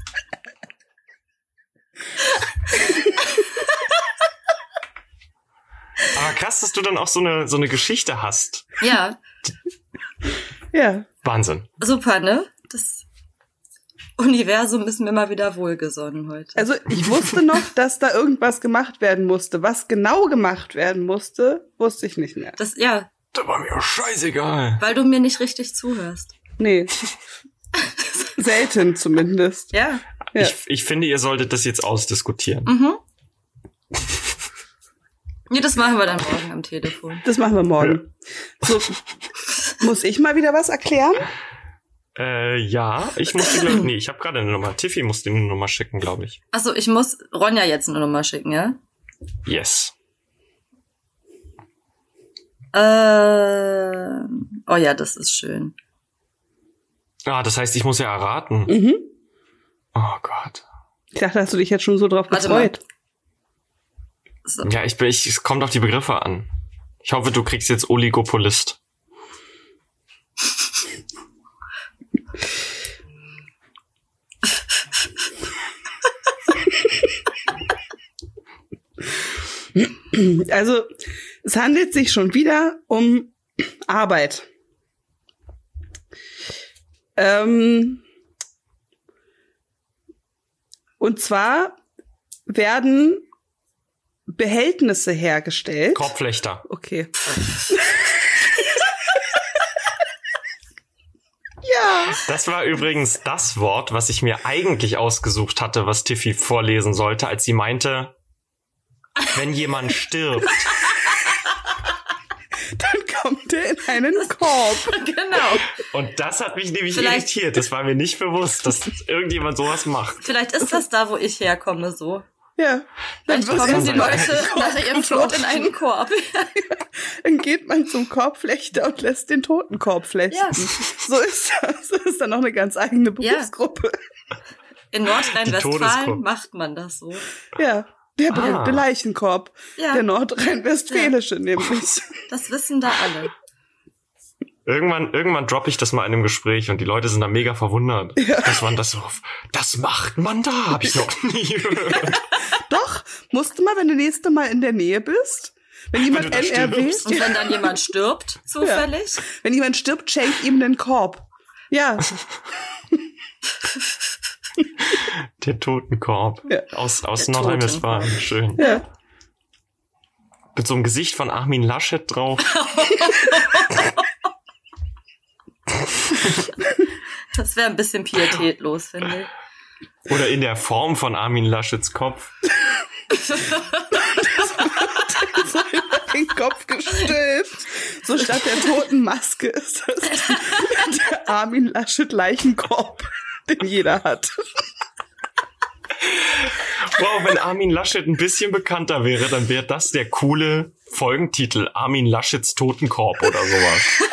Aber krass, dass du dann auch so eine Geschichte hast. Ja. Ja. Wahnsinn. Super, ne? Das Universum ist mir mal wieder wohlgesonnen heute. Also ich wusste noch, dass da irgendwas gemacht werden musste. Was genau gemacht werden musste, wusste ich nicht mehr. Das war mir scheißegal. weil du mir nicht richtig zuhörst. Nee. Selten zumindest. Ja. Ja. Ich finde, ihr solltet das jetzt ausdiskutieren. Mhm. Nee, das machen wir dann morgen am Telefon. Das machen wir morgen. So, muss ich mal wieder was erklären? Ja, ich muss ich habe gerade eine Nummer. Tiffy muss dir eine Nummer schicken, glaube ich. Achso, ich muss Ronja jetzt eine Nummer schicken, ja? Yes. Oh ja, das ist schön. Das heißt, ich muss ja erraten. Mhm. Oh Gott. Ich dachte, hast du dich jetzt schon so drauf Warte gefreut? So. Ja, es kommt auf die Begriffe an. Ich hoffe, du kriegst jetzt Oligopolist. Also, es handelt sich schon wieder um Arbeit. Und zwar werden Behältnisse hergestellt. Korbflechter. Okay. Ja. Das war übrigens das Wort, was ich mir eigentlich ausgesucht hatte, was Tiffy vorlesen sollte, als sie meinte, wenn jemand stirbt. Dann kommt er in einen Korb. Genau. Und das hat mich nämlich Vielleicht- irritiert. Das war mir nicht bewusst, dass irgendjemand sowas macht. Vielleicht ist das da, wo ich herkomme, so. Ja. Dann, Vielleicht kommen die sein. Leute nach ihrem Tod in einen Korb. dann geht man zum Korbflechter und lässt den Totenkorb flechten. Ja. So ist das. Das ist dann noch eine ganz eigene Berufsgruppe. In Die Nordrhein-Westfalen Todesgruppe. macht man das so. Ja. Der berühmte Leichenkorb. Ja. Der nordrhein-westfälische nämlich. Das wissen da alle. Irgendwann droppe ich das mal in einem Gespräch und die Leute sind da mega verwundert. Ja. Dass man das so, das macht man da, habe ich noch nie gehört. Doch, musst du mal, wenn du nächste Mal in der Nähe bist, wenn jemand du da NRW, stirbst. Und wenn dann jemand stirbt, zufällig, wenn jemand stirbt, schenk ihm einen Korb. Ja, Der Totenkorb. Ja. Aus Der Nordrhein-Westfalen. Schön. ja. Mit so einem Gesicht von Armin Laschet drauf. das wäre ein bisschen pietätlos, finde ich. Oder in der Form von Armin Laschets Kopf. So über den Kopf gestülpt. So statt der Totenmaske ist das der Armin Laschet Leichenkorb, den jeder hat. Wow, wenn Armin Laschet ein bisschen bekannter wäre, dann wäre das der coole Folgentitel. Armin Laschets Totenkorb oder sowas.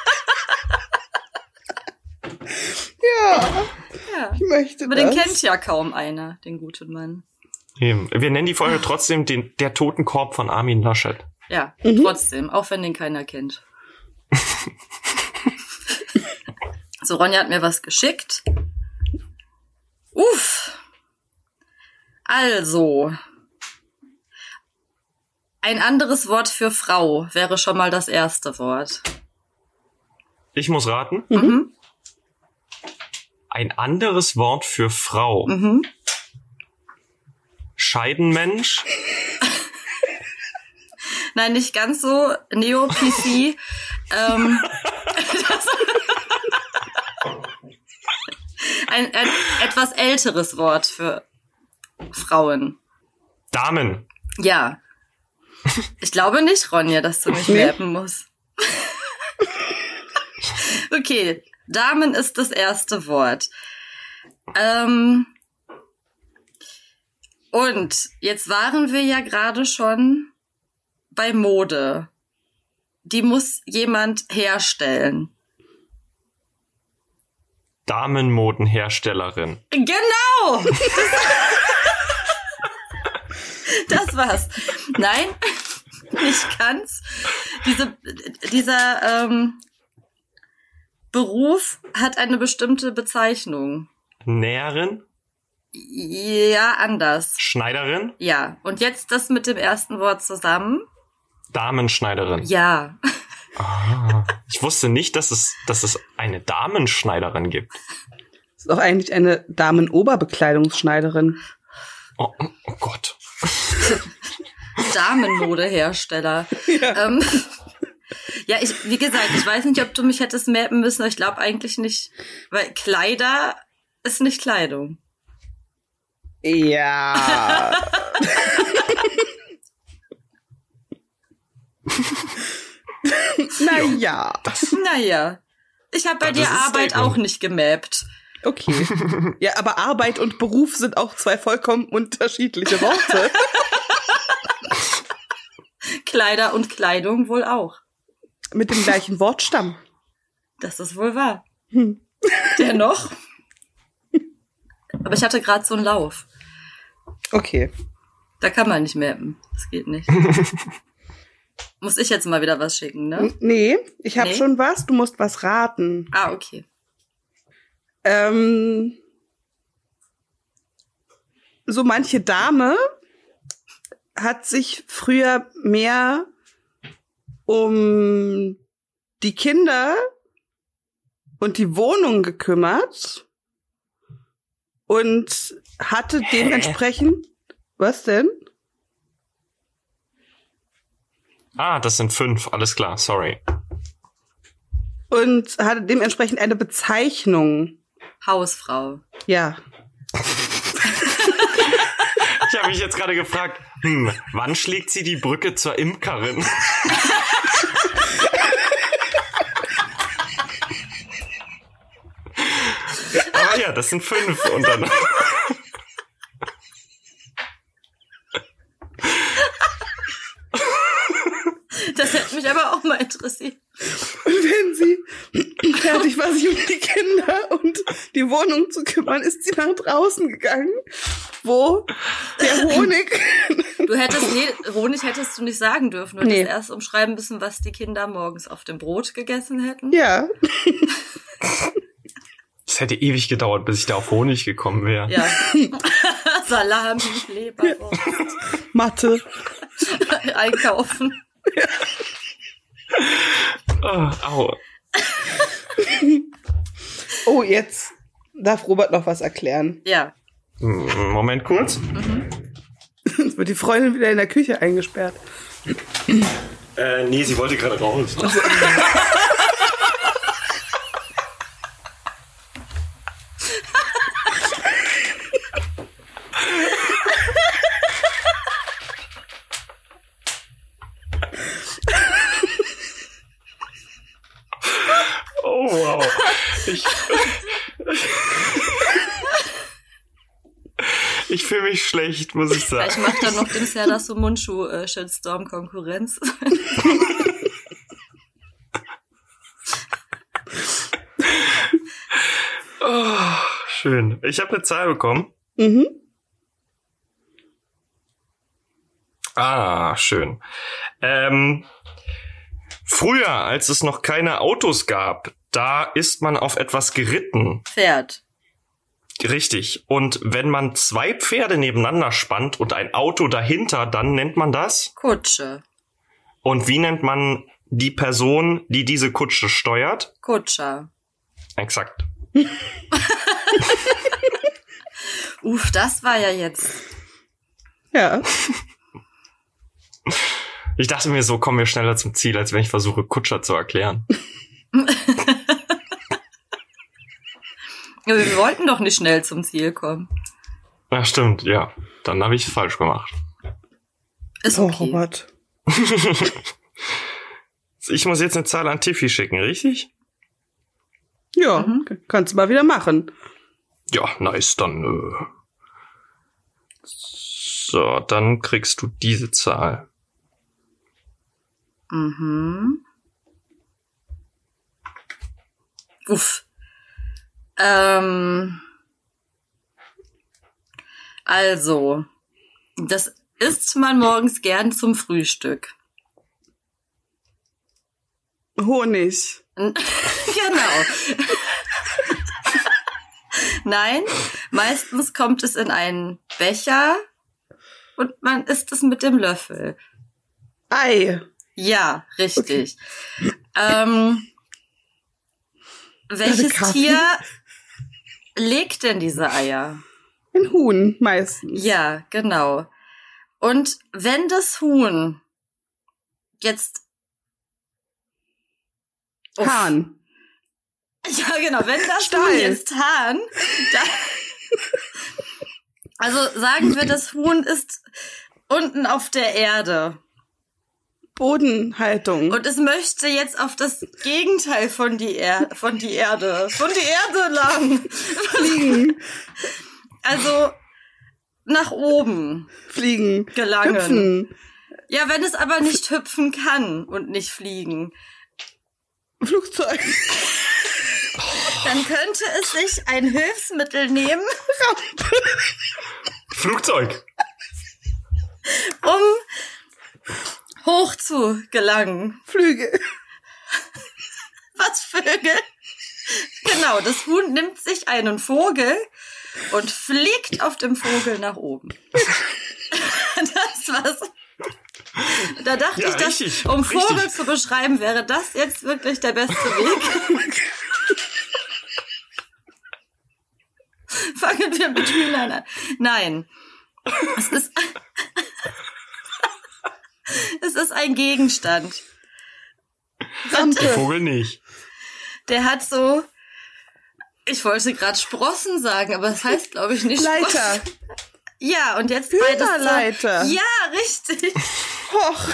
Ja, Ja. ich möchte Aber das. den kennt ja kaum einer, den guten Mann. Eben. Wir nennen die Folge trotzdem der Totenkorb von Armin Laschet. Ja, trotzdem, auch wenn den keiner kennt. So, Ronja hat mir was geschickt. Uff. Also. Ein anderes Wort für Frau wäre schon mal das erste Wort. Ich muss raten. Mhm. Ein anderes Wort für Frau. Mhm. Scheidenmensch. Nein, nicht ganz so Neo-PC. ein etwas älteres Wort für Frauen. Damen. Ja. Ich glaube nicht, Ronja, dass du mich rappen musst. Okay, Damen ist das erste Wort. Und jetzt waren wir ja gerade schon bei Mode. Die muss jemand herstellen. Damenmodenherstellerin. Genau! Das war's. Nein, nicht ganz. Dieser Beruf hat eine bestimmte Bezeichnung. Näherin. Ja, anders. Schneiderin. Ja, und jetzt das mit dem ersten Wort zusammen. Damenschneiderin. Ja. Ich wusste nicht, dass es eine Damenschneiderin gibt. Ist doch eigentlich eine Damenoberbekleidungsschneiderin. Oh Gott. Damenmodehersteller. Ja. Ja, wie gesagt, ich weiß nicht, ob du mich hättest mappen müssen, aber ich glaube eigentlich nicht, weil Kleider ist nicht Kleidung. Ja. Naja. Naja. Ich habe bei dir Arbeit auch nicht gemappt. Okay. Ja, aber Arbeit und Beruf sind auch zwei vollkommen unterschiedliche Worte. Kleider und Kleidung wohl auch. Mit dem gleichen Wortstamm. Das ist wohl wahr. Dennoch. Aber ich hatte gerade so einen Lauf. Okay. Da kann man nicht mappen. Das geht nicht. Muss ich jetzt mal wieder was schicken, ne? Nee, ich habe schon was. Du musst was raten. Ah, okay. So manche Dame hat sich früher mehr um die Kinder und die Wohnung gekümmert und hatte dementsprechend... Was denn? Ah, das sind 5. Alles klar, sorry. Und hatte dementsprechend eine Bezeichnung. Hausfrau. Ja. Ich habe mich jetzt gerade gefragt, wann schlägt sie die Brücke zur Imkerin? Aber ja, das sind 5 und dann... Das hätte mich aber auch mal interessiert. Und wenn sie fertig war, sich um die Kinder und die Wohnung zu kümmern, ist sie nach draußen gegangen, wo der Honig... Honig hättest du nicht sagen dürfen. Du hättest erst umschreiben müssen, was die Kinder morgens auf dem Brot gegessen hätten. Ja. Es hätte ewig gedauert, bis ich da auf Honig gekommen wäre. Ja. Salami, Leberwurst. Mathe. Einkaufen. Oh, au. Oh, jetzt darf Robert noch was erklären. Ja. Moment kurz. Jetzt wird die Freundin wieder in der Küche eingesperrt. Nee, sie wollte gerade raus. Oh, wow. Ich fühle mich schlecht, muss ich sagen. Ich mache dann noch dem Serdar Sumunchu-Shitstorm Konkurrenz. Oh, schön. Ich habe eine Zahl bekommen. Mhm. Ah, schön. Früher, als es noch keine Autos gab, da ist man auf etwas geritten. Pferd. Richtig. Und wenn man 2 Pferde nebeneinander spannt und ein Auto dahinter, dann nennt man das? Kutsche. Und wie nennt man die Person, die diese Kutsche steuert? Kutscher. Exakt. Das war ja jetzt... Ja. Ich dachte mir, so kommen wir schneller zum Ziel, als wenn ich versuche, Kutscher zu erklären. Ja, wir wollten doch nicht schnell zum Ziel kommen. Ja, stimmt, ja. Dann habe ich es falsch gemacht. Ist okay. Oh, Robert. Ich muss jetzt eine Zahl an Tiffy schicken, richtig? Ja, kannst du mal wieder machen. Ja, nice, dann. So, dann kriegst du diese Zahl. Mhm. Also, das isst man morgens gern zum Frühstück. Honig. Genau. Nein, meistens kommt es in einen Becher und man isst es mit dem Löffel. Ei. Ja, richtig. Okay. Welches Tier legt denn diese Eier? Ein Huhn meistens. Ja, genau. Und wenn das Huhn jetzt... Hahn. Ja, genau, wenn das Stall. Huhn jetzt Hahn... Also sagen wir, das Huhn ist unten auf der Erde. Bodenhaltung. Und es möchte jetzt auf das Gegenteil von die Erde lang. Fliegen. Also nach oben Fliegen. gelangen. Hüpfen. Ja, wenn es aber nicht hüpfen kann und nicht fliegen, Flugzeug. dann könnte es sich ein Hilfsmittel nehmen, Flugzeug. um hoch zu gelangen. Flügel. Was Vögel? Genau, das Huhn nimmt sich einen Vogel und fliegt auf dem Vogel nach oben. Das war's. Da dachte Ja, ich, dass, richtig, um Vogel richtig. zu beschreiben, wäre das jetzt wirklich der beste Weg. Fangen wir mit Hühnern an. Nein. Es ist ein Gegenstand. Der Rampe. Vogel nicht. Der hat so, ich wollte gerade Sprossen sagen, aber das heißt, glaube ich, nicht Leiter. Sprossen. Ja, und jetzt beides so. Hühnerleiter. Ja, richtig. Hoch.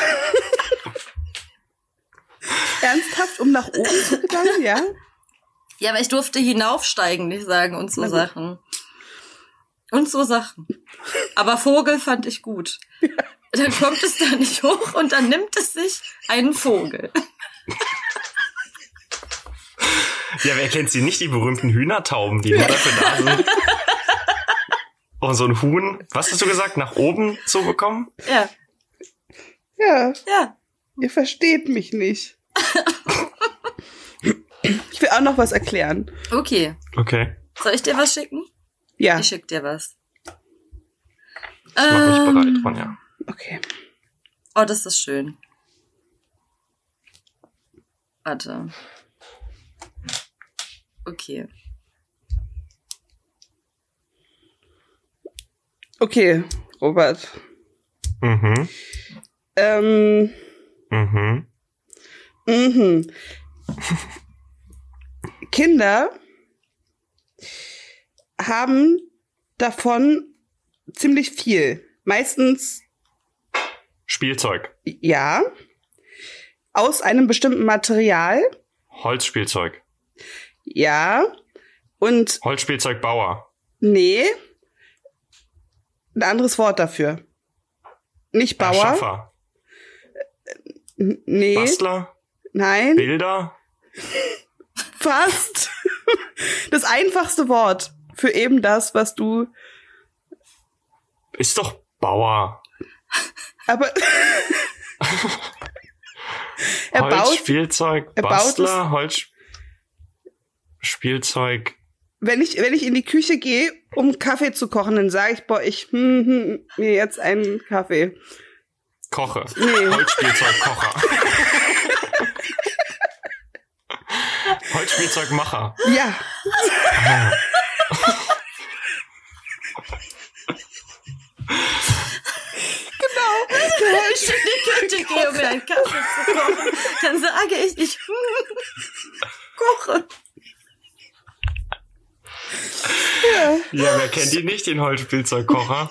Ernsthaft, um nach oben zu gelangen, ja? Ja, aber ich durfte hinaufsteigen, nicht sagen, und so Sachen. Und so Sachen. Aber Vogel fand ich gut. Ja. Dann kommt es da nicht hoch und dann nimmt es sich einen Vogel. Ja, wer kennt sie nicht, die berühmten Hühnertauben, die nur dafür da sind, um so ein Huhn, was hast du gesagt, nach oben zu bekommen? Ja. Ja. Ja. Ihr versteht mich nicht. Ich will auch noch was erklären. Okay. Okay, Soll ich dir was schicken? Ja. Ich schick dir was. ich mach mich bereit, Ronja. Okay. Oh, das ist schön. Warte. Okay. Okay, Robert. Mhm. Mhm. Kinder haben davon ziemlich viel. Meistens, Spielzeug. ja, aus einem bestimmten Material, Holzspielzeug. ja, und Holzspielzeugbauer. nee, ein anderes Wort dafür. Nicht Bauer, Erschaffer. nee, Bastler. nein, Bilder. fast. Das einfachste Wort für eben das, was du, Ist doch Bauer. aber er baut, Holzspielzeug, er baut Bastler, Holzspielzeug. wenn ich in die Küche gehe, um Kaffee zu kochen, dann sage ich, boah, ich mir jetzt einen Kaffee. Koche. Nee. Holzspielzeugkocher. Holzspielzeugmacher. Ja, Ich könnte gehen, um mir einen Kaffee zu kochen. Dann sage ich koche. Ja, wer kennt ihn nicht, den Holzspielzeugkocher?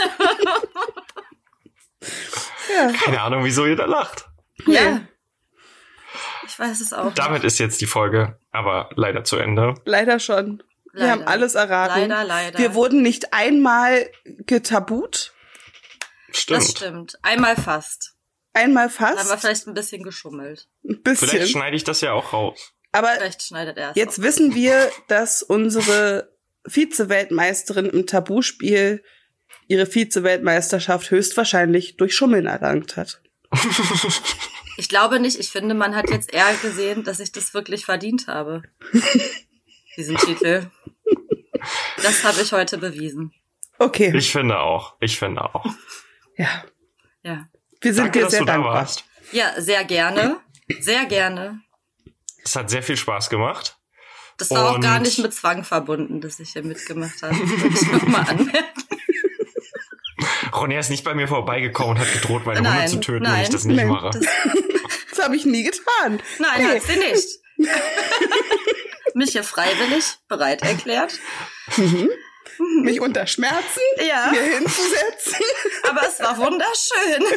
ja. Keine Ahnung, wieso ihr da lacht. Ja. Ich weiß es auch. Damit ist jetzt die Folge aber leider zu Ende. Leider schon. Wir Leider. haben alles erraten. Leider. Wir wurden nicht einmal getabut. Stimmt. Das stimmt. Einmal fast. Einmal Da haben wir fast. vielleicht ein bisschen geschummelt. Ein bisschen. Vielleicht schneide ich das ja auch raus. Aber Vielleicht schneidet er es jetzt auch. wissen wir, dass unsere Vize-Weltmeisterin im Tabuspiel ihre Vize-Weltmeisterschaft höchstwahrscheinlich durch Schummeln erlangt hat. Ich glaube nicht. Ich finde, man hat jetzt eher gesehen, dass ich das wirklich verdient habe. Diesen Titel. Das habe ich heute bewiesen. Okay. Ich finde auch. Ja. Ja. Wir sind Danke, dir dass sehr du da dankbar. warst. Ja, sehr gerne. Sehr gerne. Es hat sehr viel Spaß gemacht. Das war auch Und- gar nicht mit Zwang verbunden, dass ich hier mitgemacht habe. Wollte ich noch mal anmerken. Ronja ist nicht bei mir vorbeigekommen und hat gedroht, meine Hunde Nein, zu töten, wenn nein. ich das nicht Nee. mache. Das habe ich nie getan. Nein, Nee. hat sie nicht. Mich hier freiwillig bereit erklärt. Mich unter Schmerzen Ja, hier hinzusetzen. aber es war wunderschön.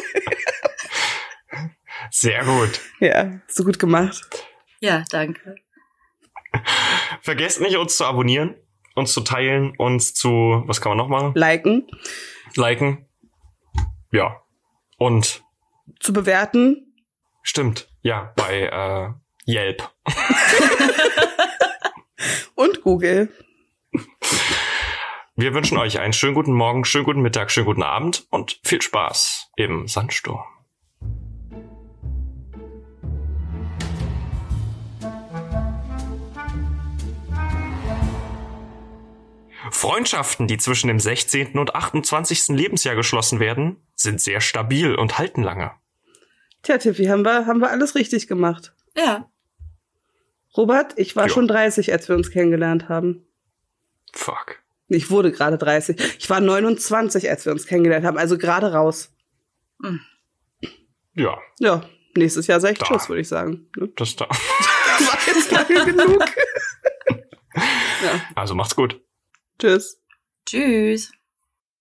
Sehr gut. Ja, so gut gemacht. Ja, danke. Vergesst nicht, uns zu abonnieren, uns zu teilen, uns zu, was kann man noch machen? Liken, Liken. Ja. Und zu bewerten. stimmt, ja, bei Yelp. Und Google. Wir wünschen euch einen schönen guten Morgen, schönen guten Mittag, schönen guten Abend und viel Spaß im Sandsturm. Freundschaften, die zwischen dem 16. und 28. Lebensjahr geschlossen werden, sind sehr stabil und halten lange. Tja, Tiffy, haben wir alles richtig gemacht. Ja. Robert, ich war Ja. schon 30, als wir uns kennengelernt haben. Fuck. Ich wurde gerade 30. Ich war 29, als wir uns kennengelernt haben, also gerade raus. Ja, Ja, nächstes Jahr sag ich Da. Tschüss, würde ich sagen. Ne? das da. War jetzt lange genug. Ja, Also macht's gut. tschüss. Tschüss.